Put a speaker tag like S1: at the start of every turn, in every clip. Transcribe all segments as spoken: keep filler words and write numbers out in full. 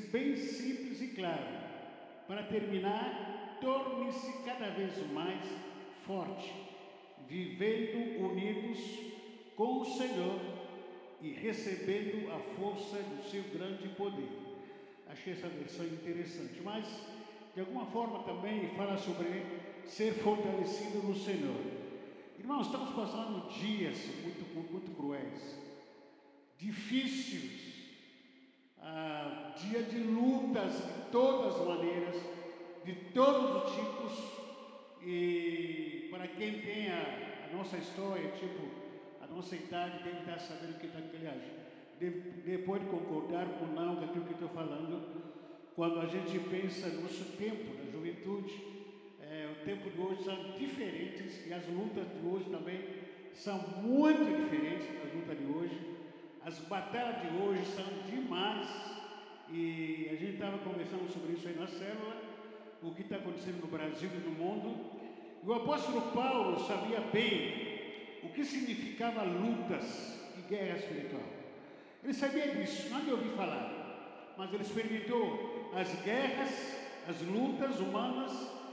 S1: bem simples e claro. Para terminar, torne-se cada vez mais forte, vivendo unidos com o Senhor e recebendo a força do seu grande poder. Achei essa versão interessante, mas de alguma forma também fala sobre ser fortalecido no Senhor. Irmãos, estamos passando dias muito, muito cruéis, difíceis, ah, dia de lutas de todas as maneiras, de todos os tipos, e para quem tem a, a nossa história, tipo, a nossa idade, deve estar sabendo o que está, aliás, deve, deve, pode concordar ou não com aquilo que estou falando, quando a gente pensa no nosso tempo, da juventude, é, o tempo de hoje são diferentes, e as lutas de hoje também são muito diferentes das lutas de hoje. As batalhas de hoje são demais, e a gente estava conversando sobre isso aí na célula, o que está acontecendo no Brasil e no mundo. E o apóstolo Paulo sabia bem o que significava lutas e guerra espiritual. Ele sabia disso, não lhe ouvi falar, mas ele experimentou as guerras, as lutas humanas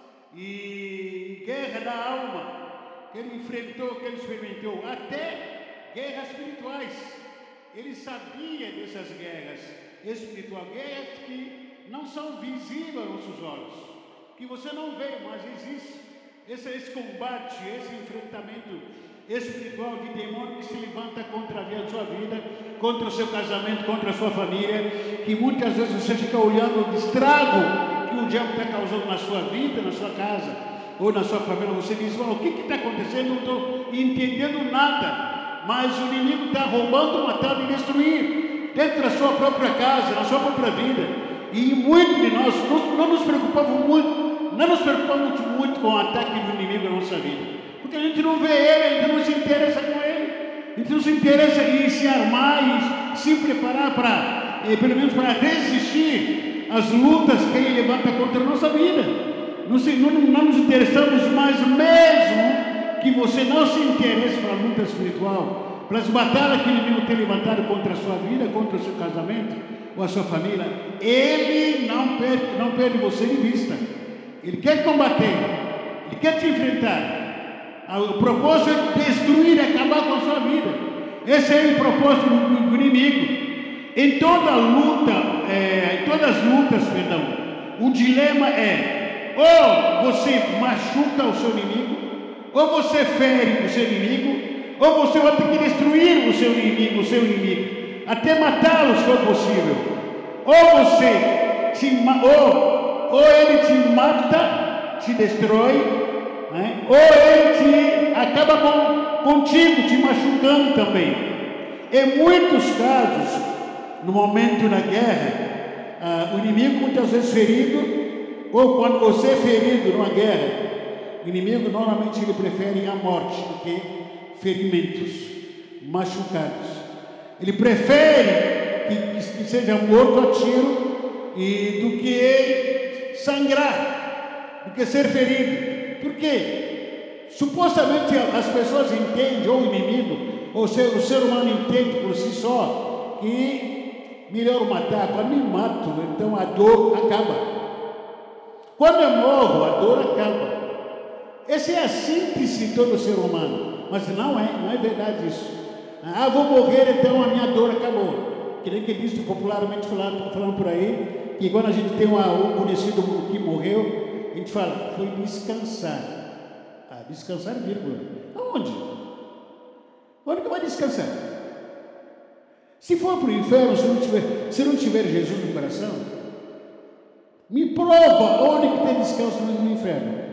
S1: e guerra da alma, que ele enfrentou, que ele experimentou, até guerras espirituais. Ele sabia dessas guerras espirituais, guerras que não são visíveis aos nossos olhos, que você não vê, mas existe esse, esse combate, esse enfrentamento espiritual de demônio que se levanta contra a sua vida, contra o seu casamento, contra a sua família, que muitas vezes você fica olhando o estrago que o diabo está causando na sua vida, na sua casa, ou na sua família. Você diz, o que está acontecendo? Não estou entendendo nada. Mas o inimigo está roubando, matando e destruindo dentro da sua própria casa, na sua própria vida. E muitos de nós não, não nos preocupamos muito, não nos preocupamos muito com o ataque do inimigo na nossa vida, porque a gente não vê ele, a gente não se interessa com ele, a gente não se interessa em se armar e se preparar para, eh, pelo menos para resistir às lutas que ele levanta contra a nossa vida. Não, se, não, não nos interessamos mais mesmo que você não se interesse pela luta espiritual, pelas batalhas que o inimigo tem levantado contra a sua vida, contra o seu casamento ou a sua família. Ele não perde, não perde você de vista. Ele quer combater, ele quer te enfrentar. O propósito é destruir, acabar com a sua vida. Esse é o propósito do, do inimigo. Em toda luta, é, em todas as lutas, perdão, o dilema é: ou você machuca o seu inimigo, ou você fere o seu inimigo, ou você vai ter que destruir o seu inimigo, o seu inimigo, até matá-lo se for possível. Ou você te, ou, ou ele te mata, te destrói, né? Ou ele te acaba com, contigo, te machucando também. Em muitos casos, no momento da guerra, ah, o inimigo muitas vezes ferido, ou quando você é ferido numa guerra, o inimigo normalmente ele prefere a morte do que ferimentos, machucados. Ele prefere que, que seja morto a tiro e do que sangrar, do que ser ferido. Por quê? Supostamente as pessoas entendem, ou o inimigo, ou o ser, o ser humano entende por si só, que melhor matar. Quando me mato, então a dor acaba. Quando eu morro, a dor acaba. Essa é a síntese de todo ser humano, mas não é, não é verdade isso. Ah, vou morrer, então a minha dor acabou. Que nem que diz popularmente falando, falando por aí, que quando a gente tem uma, um conhecido que morreu, a gente fala, foi descansar. Ah, descansar, vírgula. Aonde? Onde que vai descansar? Se for para o inferno, se não, tiver, se não tiver Jesus no coração, me prova onde que tem descanso no inferno.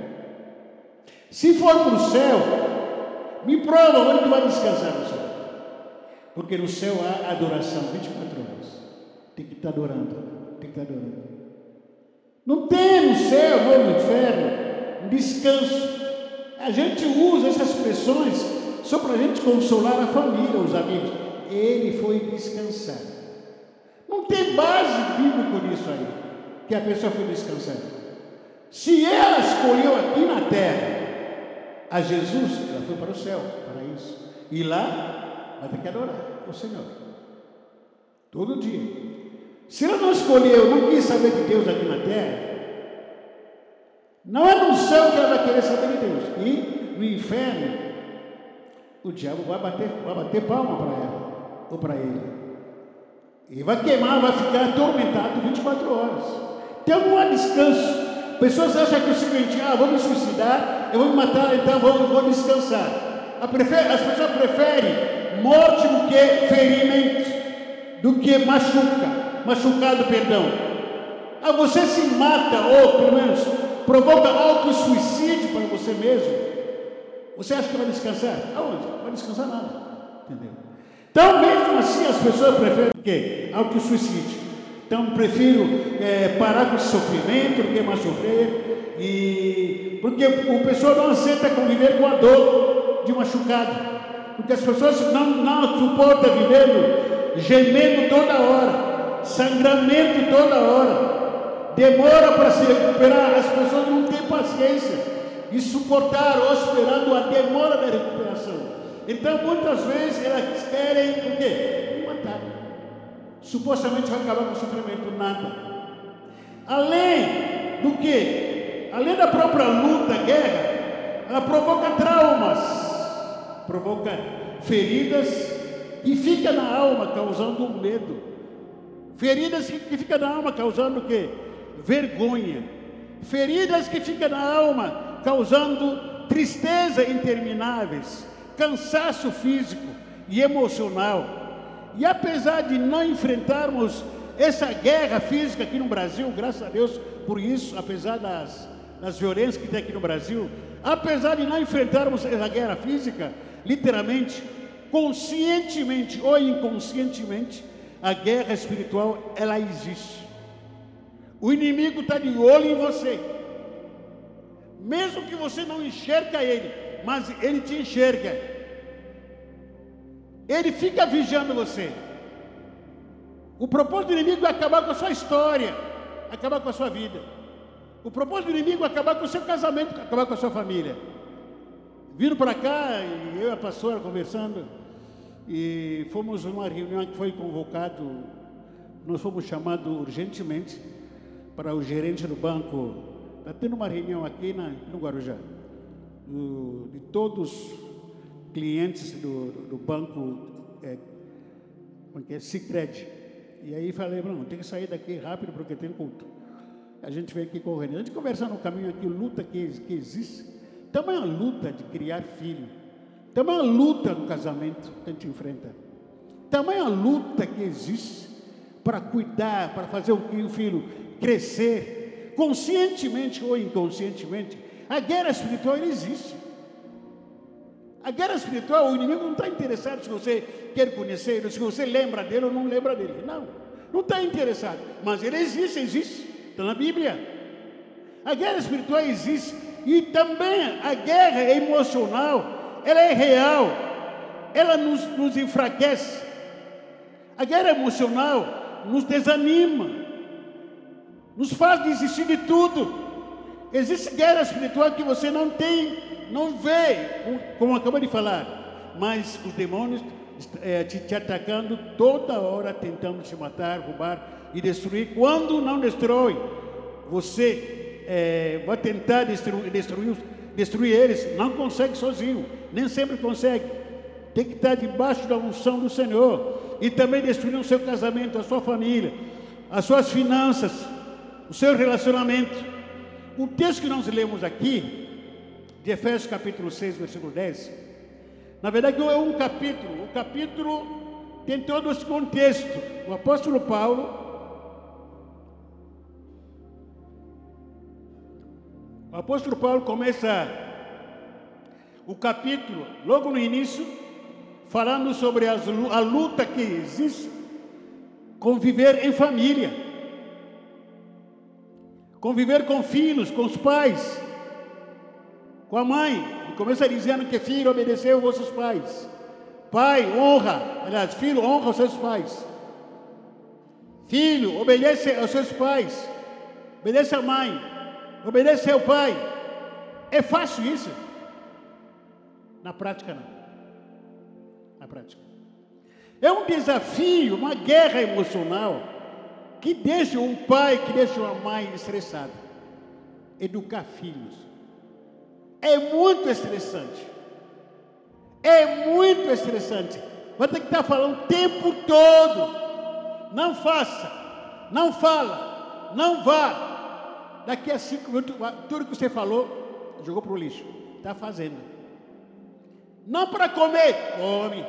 S1: Se for para o céu, me prova onde que vai descansar no céu. Porque no céu há adoração vinte e quatro horas. Tem que estar adorando. Tem que estar adorando. Não tem no céu, ou no inferno, um descanso. A gente usa essas expressões só para a gente consolar a família, os amigos. Ele foi descansar. Não tem base bíblica nisso aí, que a pessoa foi descansar. Se ela escolheu aqui na terra a Jesus, ela foi para o céu, para isso. E lá vai ter que adorar o Senhor todo dia. Se ela não escolheu, não quis saber de Deus aqui na terra, não é no céu que ela vai querer saber de Deus. E no inferno, o diabo vai bater, vai bater palma para ela, ou para ele. E vai queimar, vai ficar atormentado vinte e quatro horas. Então não há descanso. Pessoas acham que é o seguinte: ah, vou me suicidar, eu vou me matar, então vou, vou descansar. As pessoas preferem morte do que ferimento, do que machuca, machucado, perdão. Ah, você se mata, ou pelo menos provoca auto-suicídio para você mesmo. Você acha que vai descansar? Aonde? Não vai descansar nada. Entendeu? Então, mesmo assim, as pessoas preferem o quê? Auto-suicídio. Então, prefiro é, parar com esse sofrimento do que mais sofrer. E porque o pessoal não aceita conviver com a dor de machucado. Porque as pessoas não, não suportam viver gemendo toda hora, sangramento toda hora. Demora para se recuperar, as pessoas não têm paciência de suportar ou esperando a demora da recuperação. Então, muitas vezes, elas querem o quê? Matar. Supostamente vai acabar com o sofrimento, nada. Além do que? Além da própria luta, guerra, ela provoca traumas, provoca feridas que ficam na alma, causando um medo. Feridas que ficam na alma, causando o quê? Vergonha. Feridas que ficam na alma, causando tristeza intermináveis, cansaço físico e emocional. E apesar de não enfrentarmos essa guerra física aqui no Brasil, graças a Deus por isso, apesar das, das violências que tem aqui no Brasil, apesar de não enfrentarmos essa guerra física, literalmente, conscientemente ou inconscientemente, a guerra espiritual, ela existe. O inimigo está de olho em você. Mesmo que você não enxerga ele, mas ele te enxerga. Ele fica vigiando você. O propósito do inimigo é acabar com a sua história, acabar com a sua vida. O propósito do inimigo é acabar com o seu casamento, acabar com a sua família. Vindo para cá, e eu e a pastora conversando, e fomos numa reunião que foi convocado, nós fomos chamados urgentemente para o gerente do banco. Está tendo uma reunião aqui na, no Guarujá, do, de todos os clientes do, do, do banco, é, como é, Sicredi. E aí falei, não, tem que sair daqui rápido porque tem culto. A gente veio aqui correndo. A gente conversando no caminho aqui, luta que, que existe. Também a luta de criar filho. Também a luta no casamento que a gente enfrenta. Também a luta que existe para cuidar, para fazer com que o filho crescer, conscientemente ou inconscientemente. A guerra espiritual existe. A guerra espiritual, o inimigo não está interessado se você quer conhecer, se você lembra dele ou não lembra dele. Não, não está interessado. Mas ele existe, existe. Está na Bíblia. A guerra espiritual existe. E também a guerra emocional, ela é real. Ela nos, nos enfraquece. A guerra emocional nos desanima. Nos faz desistir de tudo. Existe guerra espiritual que você não tem, não vê, como acabou de falar, mas os demônios é, te, te atacando toda hora, tentando te matar, roubar e destruir. Quando não destrói, você é, vai tentar destruir, destruir, destruir eles, não consegue sozinho, nem sempre consegue. Tem que estar debaixo da unção do Senhor e também destruir o seu casamento, a sua família, as suas finanças, o seu relacionamento. O texto que nós lemos aqui, de Efésios capítulo seis, versículo dez, na verdade é um capítulo, o capítulo tem todo esse contexto. O apóstolo Paulo, o apóstolo Paulo começa o capítulo, logo no início, falando sobre as, a luta que existe com viver em família. Conviver com filhos, com os pais, com a mãe. Ele começa dizendo que filho obedeceu aos vossos pais. Pai, honra, aliás, filho, honra os seus pais. Filho, obedece aos seus pais. Obedece à mãe. Obedece ao pai. É fácil isso? Na prática, não. Na prática. É um desafio, uma guerra emocional que deixa um pai, que deixa uma mãe estressada. Educar filhos. É muito estressante. É muito estressante. Vai ter que estar falando o tempo todo. Não faça. Não fala. Não vá. Daqui a cinco minutos, tudo que você falou, jogou para o lixo. Está fazendo. Não para comer. Come.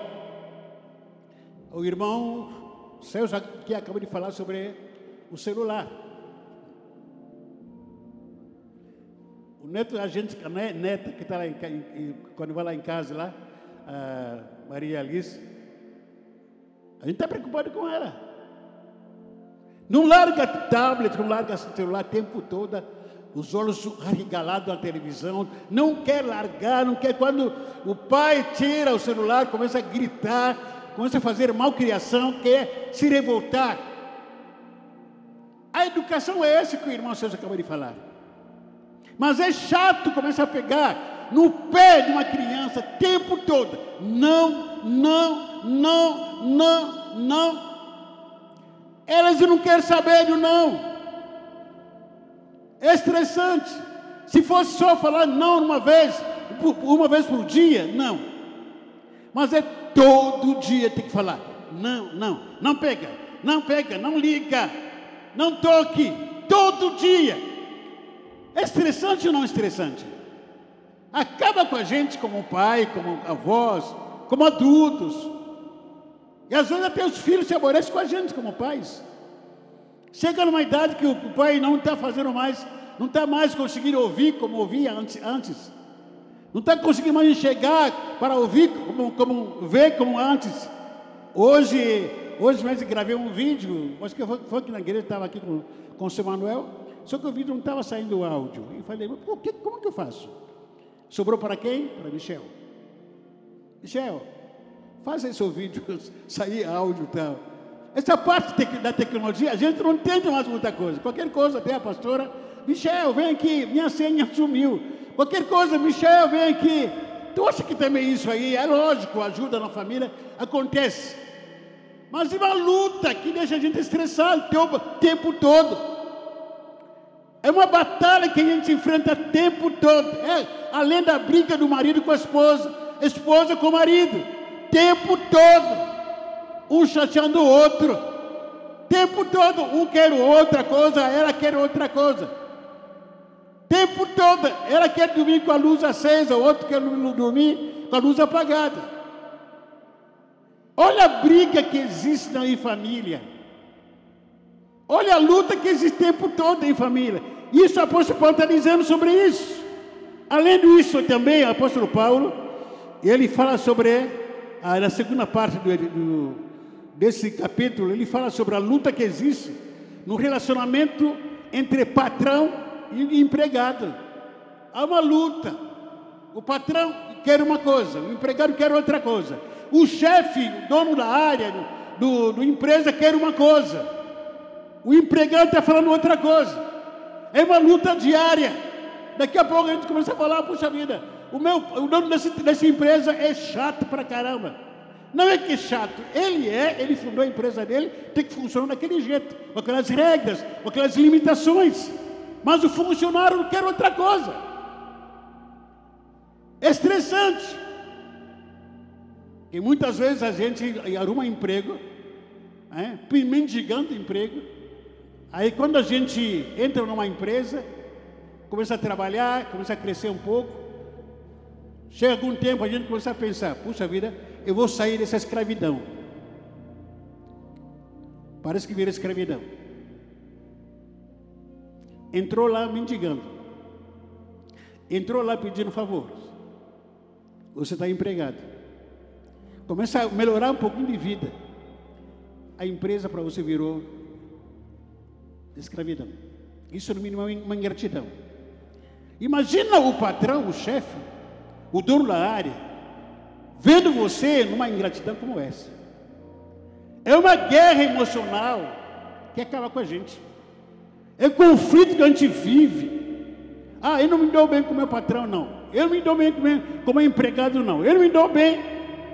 S1: O irmão Celso aqui acabou de falar sobre o celular. O neto, a gente, a neta que está lá, em, em, quando vai lá em casa, lá, a Maria Alice, a gente está preocupado com ela. Não larga tablet, não larga celular o tempo todo, os olhos arregalados na televisão, não quer largar, não quer. Quando o pai tira o celular, começa a gritar, começa a fazer malcriação, quer se revoltar. A educação é essa que o irmão Celso acabou de falar. Mas é chato começar a pegar no pé de uma criança o tempo todo. Não, não, não, não, não. Elas não querem saber do não. É estressante. Se fosse só falar não uma vez, uma vez por dia, não. Mas é todo dia tem que falar. Não, não, não pega, não pega, não liga, não toque, todo dia. É estressante ou não estressante? Acaba com a gente como pai, como avós, como adultos. E às vezes até os filhos se aborrecem com a gente como pais. Chega numa idade que o pai não está fazendo mais, não está mais conseguindo ouvir como ouvia antes. Não está conseguindo mais enxergar para ouvir, como, como ver como antes. Hoje, hoje mesmo gravei um vídeo, acho que foi, foi que na igreja, estava aqui com, com o seu Manuel, só que o vídeo não estava saindo o áudio. E falei, mas que, como que eu faço? Sobrou para quem? Para Michel. Michel, faz esse vídeo sair áudio e tal. Essa parte da tecnologia, a gente não entende mais muita coisa. Qualquer coisa, até a pastora, Michel, vem aqui, minha senha sumiu. Qualquer coisa, Michel, vem aqui. Tu acha que também isso aí, é lógico, ajuda na família, acontece. Mas é uma luta que deixa a gente estressado o tempo todo. É uma batalha que a gente enfrenta o tempo todo. É, além da briga do marido com a esposa, esposa com o marido, tempo todo. Um chateando o outro, tempo todo. Um quer outra coisa, ela quer outra coisa. Tempo todo. Ela quer dormir com a luz acesa, o outro quer dormir com a luz apagada. Olha a briga que existe na família. Olha a luta que existe o tempo todo em família. Isso o apóstolo Paulo está dizendo sobre isso. Além disso também, o apóstolo Paulo, ele fala sobre, ah, na segunda parte do, do, desse capítulo, ele fala sobre a luta que existe no relacionamento entre patrão e empregado. Há uma luta. O patrão quer uma coisa, o empregado quer outra coisa. O chefe, o dono da área, do, do empresa quer uma coisa. O empregado está falando outra coisa. É uma luta diária. Daqui a pouco a gente começa a falar, puxa vida, o, meu, o dono desse, dessa empresa é chato pra caramba. Não é que é chato, ele é, ele fundou a empresa dele, tem que funcionar daquele jeito, com aquelas regras, com aquelas limitações. Mas o funcionário quer outra coisa. É estressante. E muitas vezes a gente arruma emprego, é, mendigando emprego. Aí quando a gente entra numa empresa, começa a trabalhar, começa a crescer um pouco, chega algum tempo a gente começa a pensar, puxa vida, eu vou sair dessa escravidão. Parece que vira escravidão. Entrou lá mendigando. Entrou lá pedindo favor. Você está empregado. Começa a melhorar um pouquinho de vida. A empresa para você virou escravidão. Isso no mínimo é uma ingratidão. Imagina o patrão, o chefe, o dono da área, vendo você numa ingratidão como essa. É uma guerra emocional que acaba com a gente. É o conflito que a gente vive. Ah, eu não me dou bem com o meu patrão, não. Eu não me dou bem com o meu, com o meu empregado, não. Eu não me dou bem.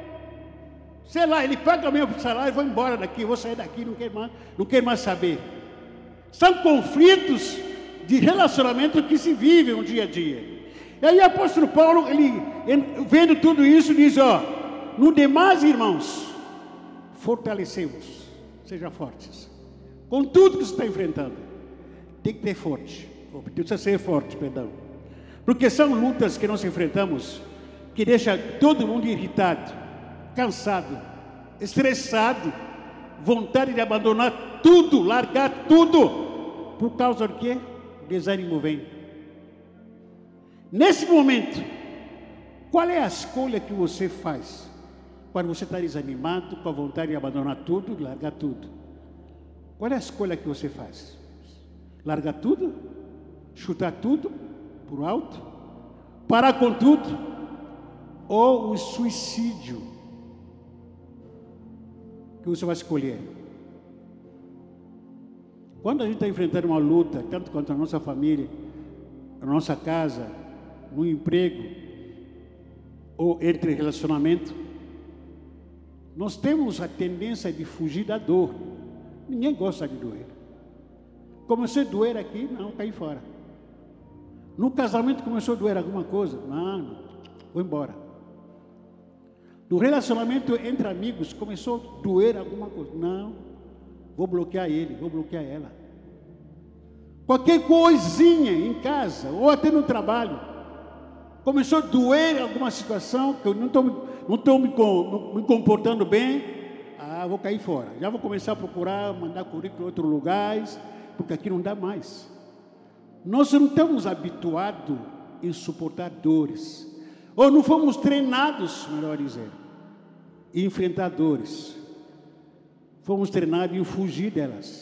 S1: Sei lá, ele paga o meu salário, vou embora daqui, vou sair daqui, não quero mais, não quero mais saber. São conflitos de relacionamento que se vivem no dia a dia. E aí o apóstolo Paulo, ele, vendo tudo isso, diz, ó, no demais, irmãos, fortalecemos, sejam fortes. Com tudo que você está enfrentando, tem que ter forte, precisa ser forte, perdão. Porque são lutas que nós enfrentamos, que deixa todo mundo irritado, cansado, estressado, vontade de abandonar tudo, largar tudo, por causa do quê? O desânimo vem. Nesse momento, qual é a escolha que você faz quando você está desanimado, com a vontade de abandonar tudo, largar tudo? Qual é a escolha que você faz? Largar tudo? Chutar tudo por alto? Parar com tudo? Ou o suicídio que você vai escolher? Quando a gente está enfrentando uma luta, tanto contra a nossa família, a nossa casa, no emprego, ou entre relacionamento, nós temos a tendência de fugir da dor. Ninguém gosta de doer. Começou a doer aqui, não, caí fora. No casamento começou a doer alguma coisa, não, não, vou embora. No relacionamento entre amigos começou a doer alguma coisa, não, vou bloquear ele, vou bloquear ela. Qualquer coisinha em casa, ou até no trabalho, começou a doer alguma situação, que eu não estou não estou me, me comportando bem, ah, vou cair fora. Já vou começar a procurar, mandar currículo em outros lugares, porque aqui não dá mais. Nós não estamos habituados em suportar dores, ou não fomos treinados, melhor dizer, em enfrentar dores. Fomos treinados em fugir delas.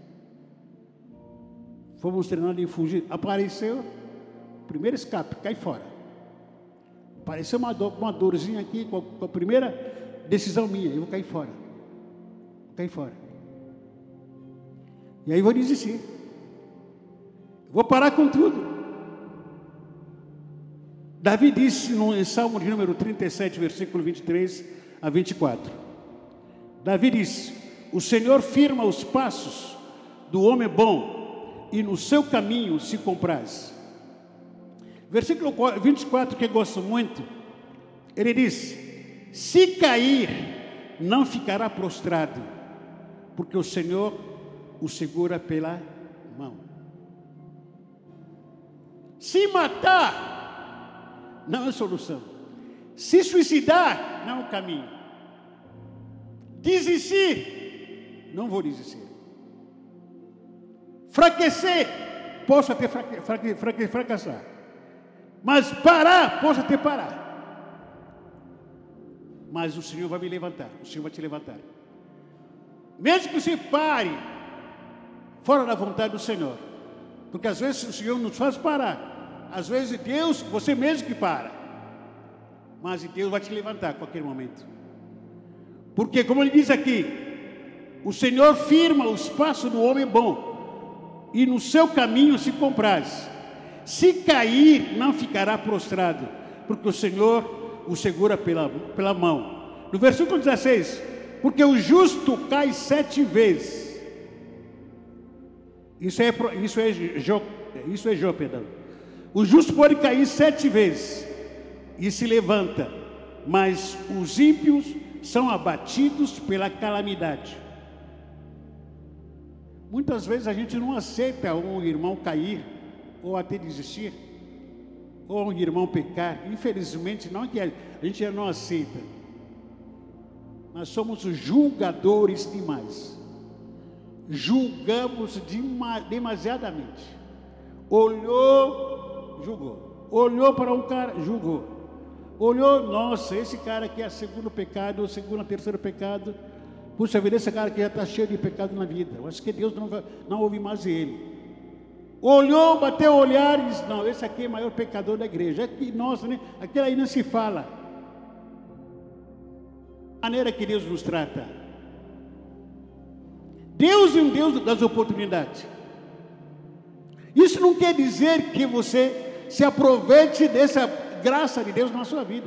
S1: Fomos treinados em fugir. Apareceu, primeiro escape, cai fora. Apareceu uma, dor, uma dorzinha aqui, com a, com a primeira decisão minha, eu vou cair fora. Vou cair fora. E aí vou desistir. Vou parar com tudo. Davi disse no Salmo de número trinta e sete, versículo vinte e três a vinte e quatro. Davi disse, o Senhor firma os passos do homem bom e no seu caminho se compraz. Versículo vinte e quatro, que eu gosto muito, ele diz, se cair, não ficará prostrado, porque o Senhor o segura pela mão. Se matar, não é solução. Se suicidar, não é o caminho. Desistir, não vou desistir. Fraquecer, posso até fraque, fraque, fraque, fracassar. Mas parar, posso até parar. Mas o Senhor vai me levantar, o Senhor vai te levantar. Mesmo que você pare, fora da vontade do Senhor. Porque às vezes o Senhor nos faz parar. Às vezes Deus, você mesmo que para. Mas Deus vai te levantar a qualquer momento. Porque, como ele diz aqui, o Senhor firma os passos do homem bom, e no seu caminho se compraz. Se cair, não ficará prostrado, porque o Senhor o segura pela, pela mão. No versículo dezesseis, porque o justo cai sete vezes. Isso é, isso é Jó, isso é Jó, perdão. O justo pode cair sete vezes e se levanta, mas os ímpios são abatidos pela calamidade. Muitas vezes a gente não aceita um irmão cair, ou até desistir, ou um irmão pecar. Infelizmente, não é que a gente não aceita. Nós somos julgadores demais. Julgamos demasiadamente. Olhou, julgou. Olhou para um cara, julgou. Olhou, nossa, esse cara aqui é o segundo pecado, o segundo, terceiro pecado. Puxa vida, esse cara aqui já está cheio de pecado na vida. Eu acho que Deus não, vai, não ouve mais ele. Olhou, bateu o olhar e disse, não, esse aqui é o maior pecador da igreja. Aqui, nossa, né? Aquilo aí não se fala. A maneira que Deus nos trata. Deus é um Deus das oportunidades. Isso não quer dizer que você se aproveite dessa graça de Deus na sua vida.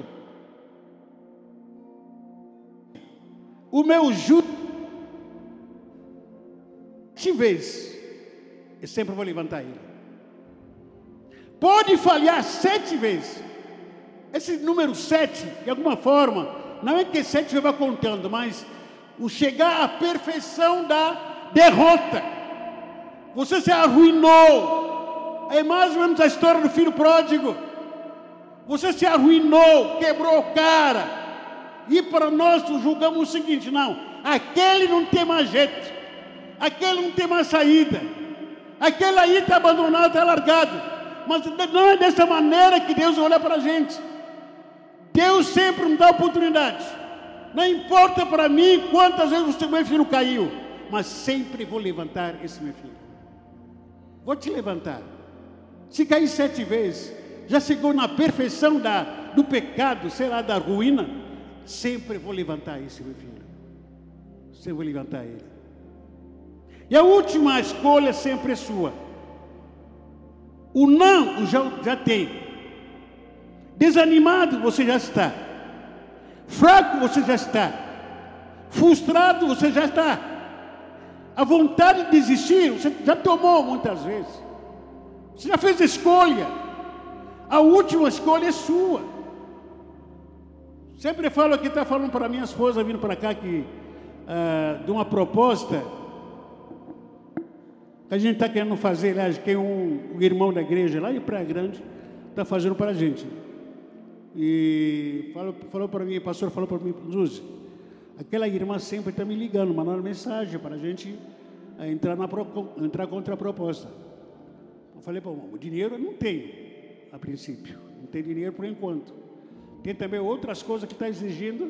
S1: O meu justo, sete vezes, eu sempre vou levantar ele. Pode falhar sete vezes. Esse número sete, de alguma forma, não é que sete vai contando, mas o chegar à perfeição da derrota. Você se arruinou. É mais ou menos a história do filho pródigo. Você se arruinou, quebrou o cara. E para nós julgamos o seguinte: não, aquele não tem mais jeito, aquele não tem mais saída, aquele aí está abandonado, está largado. Mas não é dessa maneira que Deus olha para a gente. Deus sempre nos dá oportunidade. Não importa para mim quantas vezes o meu filho caiu, mas sempre vou levantar esse meu filho. Vou te levantar. Se cair sete vezes, já chegou na perfeição da, do pecado, sei lá, da ruína, sempre vou levantar esse meu filho. Sempre vou levantar ele. E a última escolha sempre é sua. O não já, já tem. Desanimado você já está. Fraco você já está. Frustrado você já está. A vontade de desistir você já tomou muitas vezes. Você já fez escolha. A última escolha é sua. Sempre falo aqui, está falando para minha esposa vindo para cá que, uh, de uma proposta que a gente está querendo fazer, lá, que é um, um irmão da igreja lá em Praia Grande está fazendo para a gente. E falou, falou para mim, o pastor falou para mim, Zuzi, aquela irmã sempre está me ligando, mandando mensagem para a gente uh, entrar, na, entrar contra a proposta. Eu falei, pô, o dinheiro eu não tenho, a princípio, não tem dinheiro por enquanto. Tem também outras coisas que está exigindo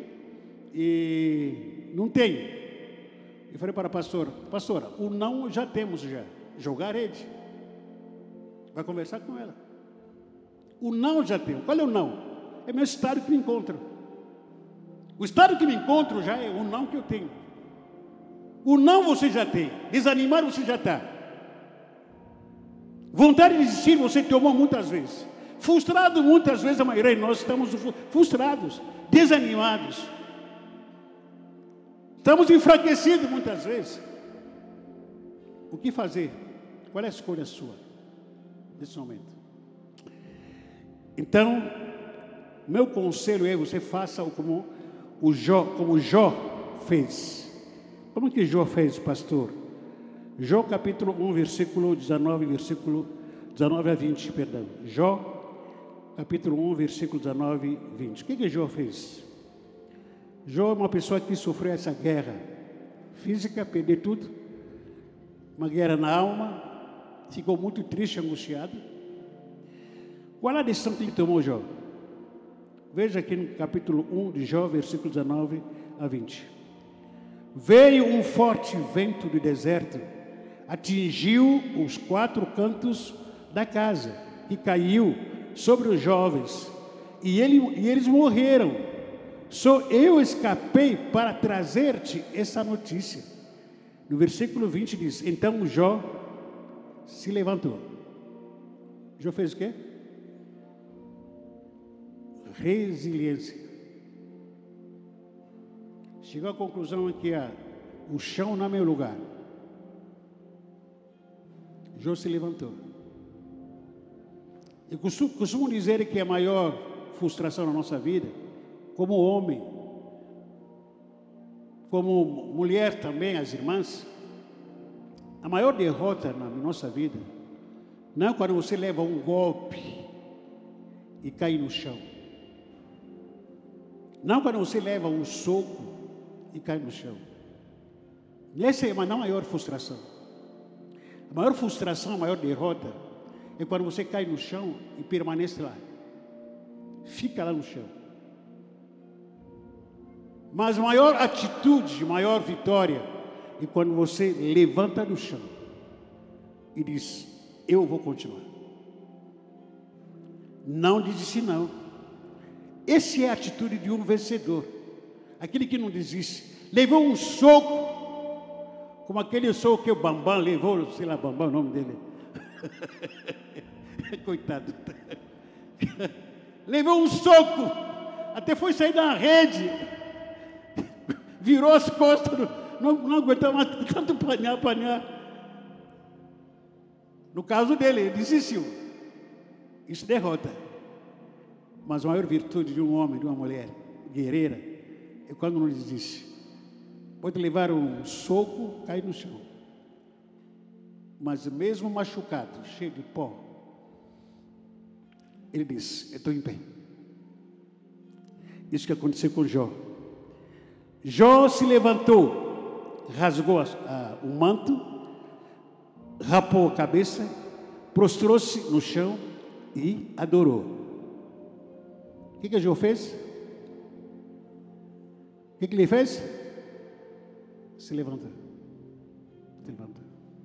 S1: e não tem. Eu falei para a pastora, pastora, o não já temos já, jogar a rede. Vai conversar com ela. O não já tem. Qual é o não? É meu estado que me encontro. O estado que me encontro já é o não que eu tenho. O não você já tem. Desanimar você já está. Vontade de desistir você tomou muitas vezes. Frustrado muitas vezes, a maioria de nós estamos frustrados, desanimados. Estamos enfraquecidos muitas vezes. O que fazer? Qual é a escolha sua nesse momento? Então, meu conselho é: você faça como o Jó, como Jó fez. Como que Jó fez, pastor? Jó capítulo um, versículo dezenove, versículo dezenove a vinte, perdão. Jó capítulo um, versículo dezenove e vinte. O que que Jó fez? Jó é uma pessoa que sofreu essa guerra física, perdeu tudo, uma guerra na alma, ficou muito triste, angustiado. Qual a decisão que ele tomou, Jó? Veja aqui no capítulo um de Jó, versículo dezenove a vinte. Veio um forte vento do deserto, atingiu os quatro cantos da casa e caiu sobre os jovens, e, ele, e eles morreram. Só eu escapei para trazer-te essa notícia. No versículo vinte diz: então Jó se levantou. Jó fez o quê? Resiliência. Chegou à conclusão que ah, o chão não é meu lugar. Jó se levantou. Eu costumo, costumo dizer que a maior frustração na nossa vida, como homem, como mulher também, as irmãs, a maior derrota na nossa vida, não é quando você leva um golpe e cai no chão. Não quando você leva um soco e cai no chão. Essa é a maior frustração. A maior frustração, a maior derrota, é quando você cai no chão e permanece lá. Fica lá no chão. Mas a maior atitude, a maior vitória, é quando você levanta do chão e diz: eu vou continuar. Não desistir, não. Essa é a atitude de um vencedor. Aquele que não desiste. Levou um soco, como aquele soco que o Bambam levou, sei lá, Bambam é o nome dele. Coitado. Levou um soco, até foi sair da rede, virou as costas, não, não aguentava mais tanto apanhar, apanhar. No caso dele, ele desistiu. Isso derrota. Mas a maior virtude de um homem, de uma mulher guerreira, é quando não desiste. Pode levar um soco, cair no chão. Mas mesmo machucado, cheio de pó, ele diz, eu estou em pé. Isso que aconteceu com Jó. Jó se levantou, rasgou a, a, o manto, rapou a cabeça, prostrou-se no chão e adorou. O que que Jó fez? O que que ele fez? Se levantou. Se levantou.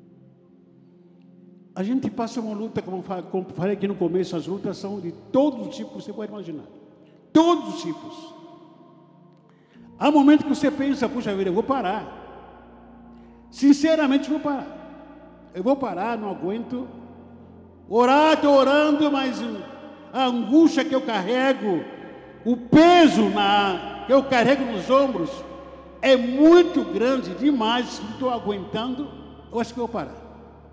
S1: A gente passa uma luta, como falei aqui no começo, as lutas são de todos os tipos que você pode imaginar. Todos os tipos. Há momentos que você pensa, puxa vida, eu vou parar. Sinceramente, vou parar. Eu vou parar, não aguento. Orar, estou orando, mas a angústia que eu carrego, o peso na, que eu carrego nos ombros, é muito grande demais, não estou aguentando, eu acho que eu vou parar.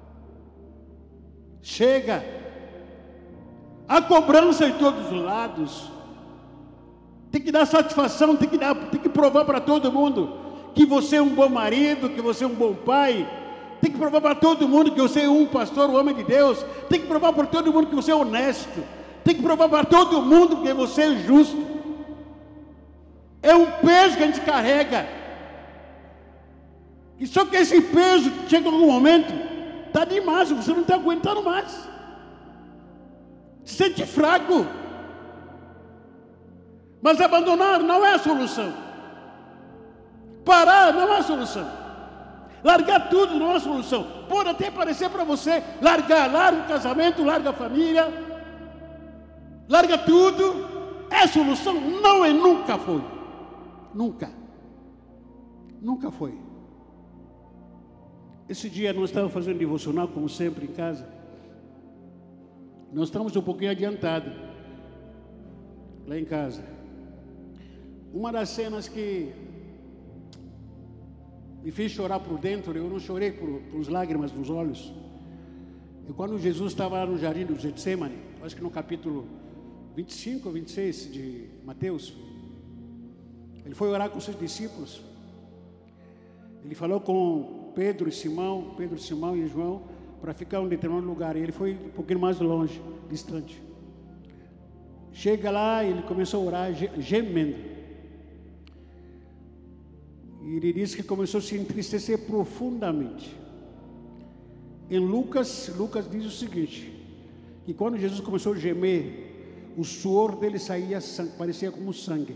S1: Chega. A cobrança de todos os lados. Tem que dar satisfação, tem que, dar, tem que provar para todo mundo que você é um bom marido, que você é um bom pai. Tem que provar para todo mundo que você é um pastor, um homem de Deus. Tem que provar para todo mundo que você é honesto. Tem que provar para todo mundo que você é justo. É um peso que a gente carrega. E só que esse peso chega em algum momento, está demais, você não está aguentando mais. Se sente fraco. Mas abandonar não é a solução. Parar não é a solução. Largar tudo não é a solução. Pode até parecer para você, largar, larga o casamento, larga a família, larga tudo. É a solução? Não e nunca foi. Nunca. Nunca foi. Esse dia nós estávamos fazendo devocional, como sempre, em casa. Nós estamos um pouquinho adiantados, lá em casa. Uma das cenas que me fez chorar por dentro, eu não chorei por, por lágrimas nos olhos, é quando Jesus estava lá no jardim do Getsemane, acho que no capítulo vinte e cinco ou vinte e seis de Mateus. Ele foi orar com seus discípulos. Ele falou com Pedro e Simão, Pedro, e Simão e João, para ficar em um determinado lugar. E ele foi um pouquinho mais longe, distante. Chega lá e ele começou a orar gemendo. E ele disse que começou a se entristecer profundamente. Em Lucas, Lucas diz o seguinte, que quando Jesus começou a gemer, o suor dele saía, parecia como sangue.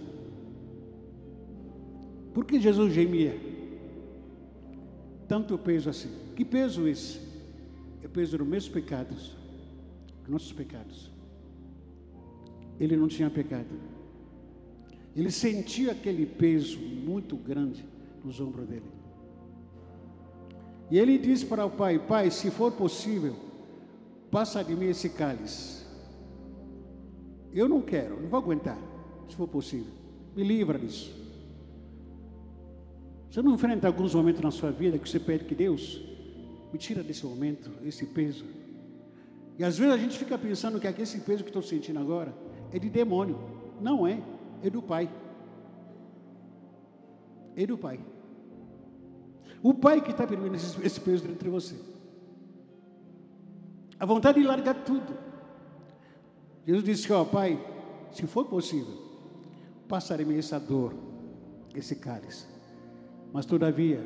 S1: Por que Jesus gemia? Tanto peso assim. Que peso esse? É o peso dos meus pecados, nossos pecados. Ele não tinha pecado. Ele sentia aquele peso muito grande nos ombros dele. E ele disse para o pai, pai, se for possível, passa de mim esse cálice. Eu não quero, não vou aguentar, se for possível. Me livra disso. Você não enfrenta alguns momentos na sua vida que você pede que Deus me tira desse momento, esse peso. E às vezes a gente fica pensando que aquele peso que estou sentindo agora é de demônio. Não é, é do Pai. É do Pai. O Pai que está permitindo esse, esse peso dentro de você. A vontade de largar tudo. Jesus disse, ó, Pai, se for possível, passarei-me essa dor, esse cálice. Mas todavia,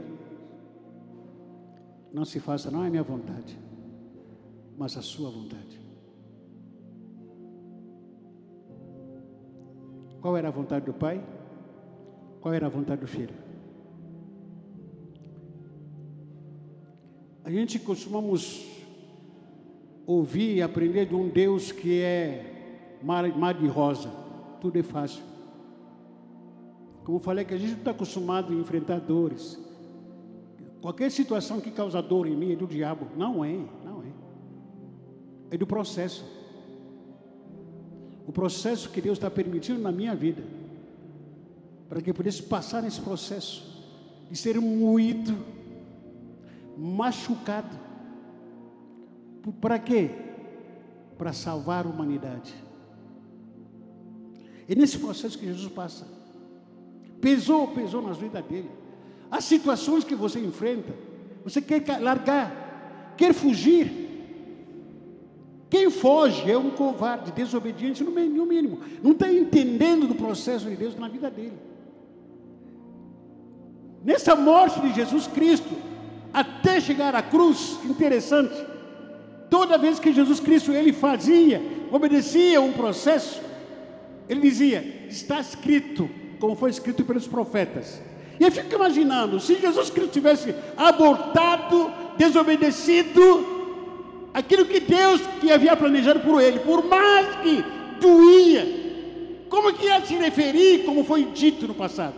S1: não se faça, não é a minha vontade, mas a sua vontade. Qual era a vontade do Pai? Qual era a vontade do Filho? A gente costumamos ouvir e aprender de um Deus que é mar, mar de rosa, tudo é fácil. Como eu falei, que a gente não está acostumado a enfrentar dores. Qualquer situação que causa dor em mim é do diabo. Não é, não é. É do processo. O processo que Deus está permitindo na minha vida, para que eu pudesse passar nesse processo de ser moído, machucado, Para quê? Para salvar a humanidade. É nesse processo que Jesus passa. Pesou, pesou nas vidas dele. As situações que você enfrenta, você quer largar, quer fugir. Quem foge é um covarde, desobediente no mínimo. Não está entendendo do processo de Deus na vida dele. Nessa morte de Jesus Cristo, até chegar à cruz, interessante, toda vez que Jesus Cristo ele fazia, obedecia um processo, ele dizia, está escrito, como foi escrito pelos profetas. E eu fico imaginando, se Jesus Cristo tivesse abortado, desobedecido, aquilo que Deus que havia planejado por ele, por mais que doía, como que ia se referir, como foi dito no passado?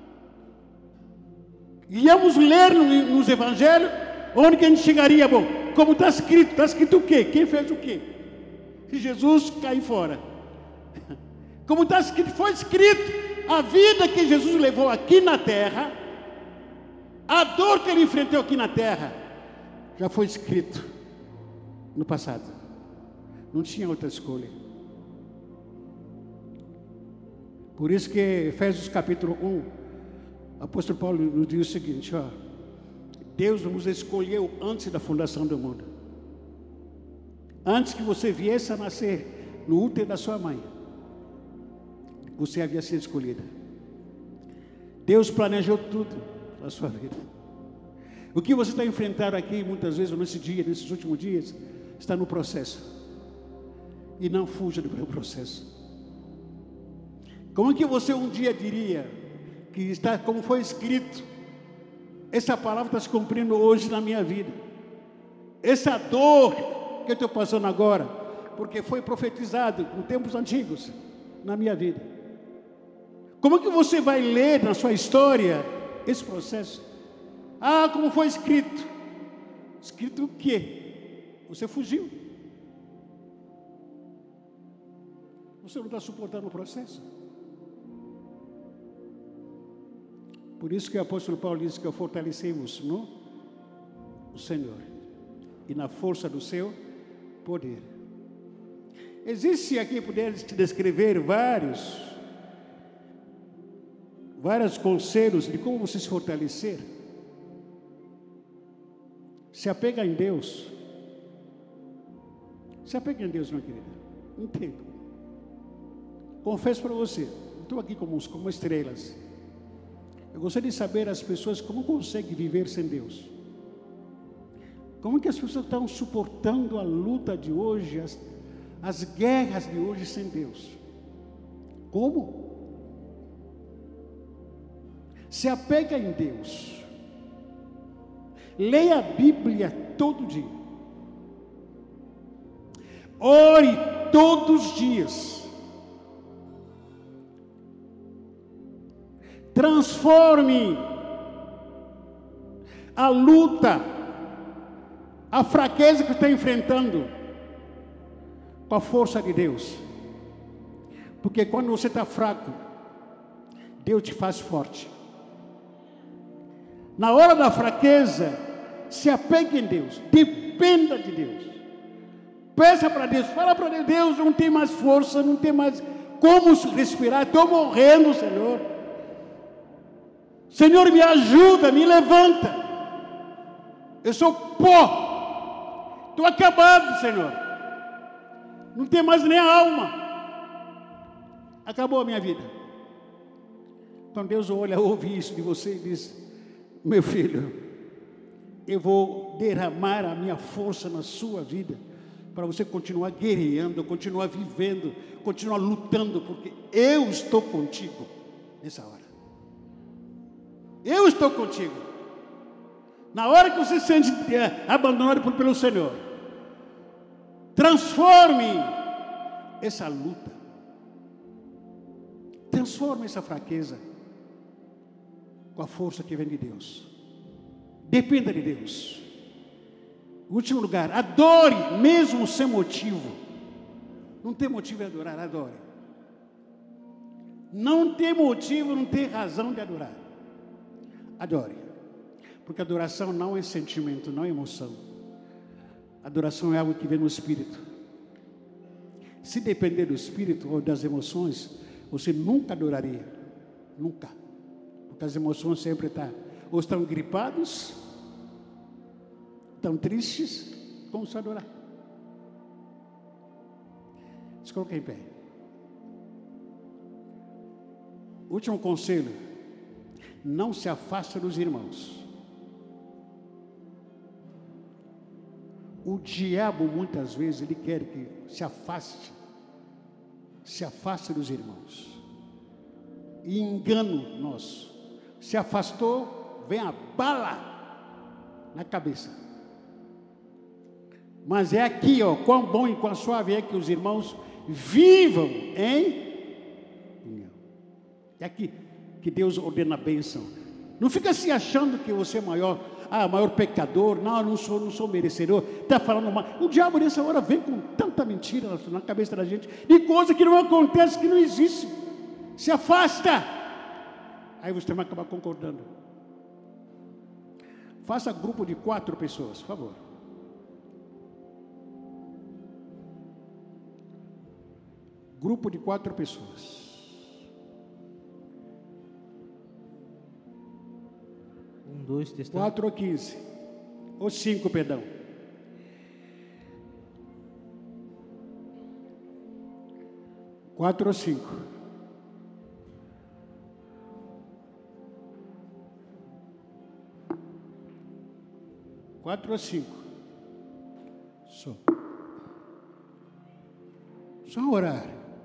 S1: Íamos ler nos evangelhos, onde que a gente chegaria, bom, como está escrito, está escrito o quê? Quem fez o quê? Se Jesus cair fora. Como está escrito, foi escrito, a vida que Jesus levou aqui na terra, a dor que ele enfrentou aqui na terra, já foi escrito no passado. Não tinha outra escolha. Por isso que Efésios capítulo um, o apóstolo Paulo nos diz o seguinte, ó, Deus nos escolheu antes da fundação do mundo. Antes que você viesse a nascer no útero da sua mãe, você havia sido escolhida. Deus planejou tudo na sua vida. O que você está enfrentando aqui, muitas vezes, nesse dia, nesses últimos dias, está no processo. E não fuja do processo. Como que você um dia diria que está, como foi escrito, essa palavra está se cumprindo hoje na minha vida. Essa dor que eu estou passando agora, porque foi profetizado em tempos antigos na minha vida. Como que você vai ler na sua história esse processo? Ah, como foi escrito. Escrito o quê? Você fugiu. Você não está suportando o processo. Por isso que o apóstolo Paulo diz que eu fortalecei-vos no, no Senhor e na força do seu poder. Existe aqui, puder te descrever vários, vários conselhos de como você se fortalecer. Se apega em Deus. Se apega em Deus, minha querida. Não tem. Confesso para você, estou aqui como, como estrelas. Eu gostaria de saber as pessoas como conseguem viver sem Deus. Como que as pessoas estão suportando a luta de hoje, as, as guerras de hoje sem Deus? Como? Se apega em Deus. Leia a Bíblia todo dia. Ore todos os dias. Transforme a luta, a fraqueza que está enfrentando com a força de Deus. Porque quando você está fraco, Deus te faz forte. Na hora da fraqueza, se apegue em Deus, dependa de Deus. Peça para Deus, fala para Deus, Deus, não tem mais força, não tem mais como respirar, estou morrendo, Senhor. Senhor, me ajuda, me levanta. Eu sou pó. Estou acabado, Senhor. Não tem mais nem a alma. Acabou a minha vida. Então Deus olha, ouve isso de você e diz, meu filho, eu vou derramar a minha força na sua vida, para você continuar guerreando, continuar vivendo, continuar lutando, porque eu estou contigo nessa hora. Eu estou contigo. Na hora que você se sente é, abandonado por, pelo Senhor, transforme essa luta, transforme essa fraqueza com a força que vem de Deus. Dependa de Deus. Em último lugar, adore mesmo sem motivo. Não tem motivo de adorar, adore. Não tem motivo, não tem razão de adorar. Adore, porque adoração não é sentimento, não é emoção. Adoração é algo que vem no espírito. Se depender do espírito ou das emoções, você nunca adoraria. Nunca. Porque as emoções sempre estão, ou estão gripados, estão tristes, como se adorar. Se coloque em pé. Último conselho: não se afaste dos irmãos. O diabo muitas vezes ele quer que se afaste, se afaste dos irmãos. E engano nosso. Se afastou, vem a bala na cabeça. Mas é aqui, ó, quão bom e quão suave é que os irmãos vivam em união. É aqui que Deus ordena a bênção. Não fica se achando que você é maior, ah, maior pecador. Não, não sou, não sou merecedor. Está falando mal. O diabo nessa hora vem com tanta mentira na cabeça da gente, de coisa que não acontece, que não existe. Se afasta. Aí você vai acabar concordando. Faça grupo de quatro pessoas, por favor. Grupo de quatro pessoas.
S2: Um, dois, testando.
S1: Quatro ou quinze. Ou cinco, perdão. Quatro ou cinco. Quatro ou cinco. Só. Só orar.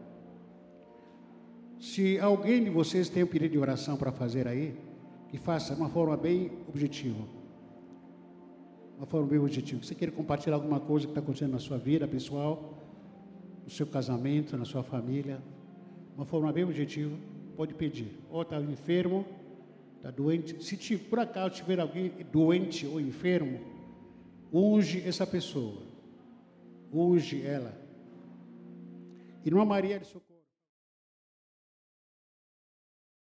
S1: Se alguém de vocês tem um pedido de oração para fazer aí, que faça de uma forma bem objetiva. Uma forma bem objetiva. Você quer compartilhar alguma coisa que está acontecendo na sua vida pessoal, no seu casamento, na sua família, de uma forma bem objetiva, pode pedir. Ou está enfermo, está doente. Se tiver, por acaso tiver alguém doente ou enfermo, unge essa pessoa. Unge ela. Irmã Maria de Socorro.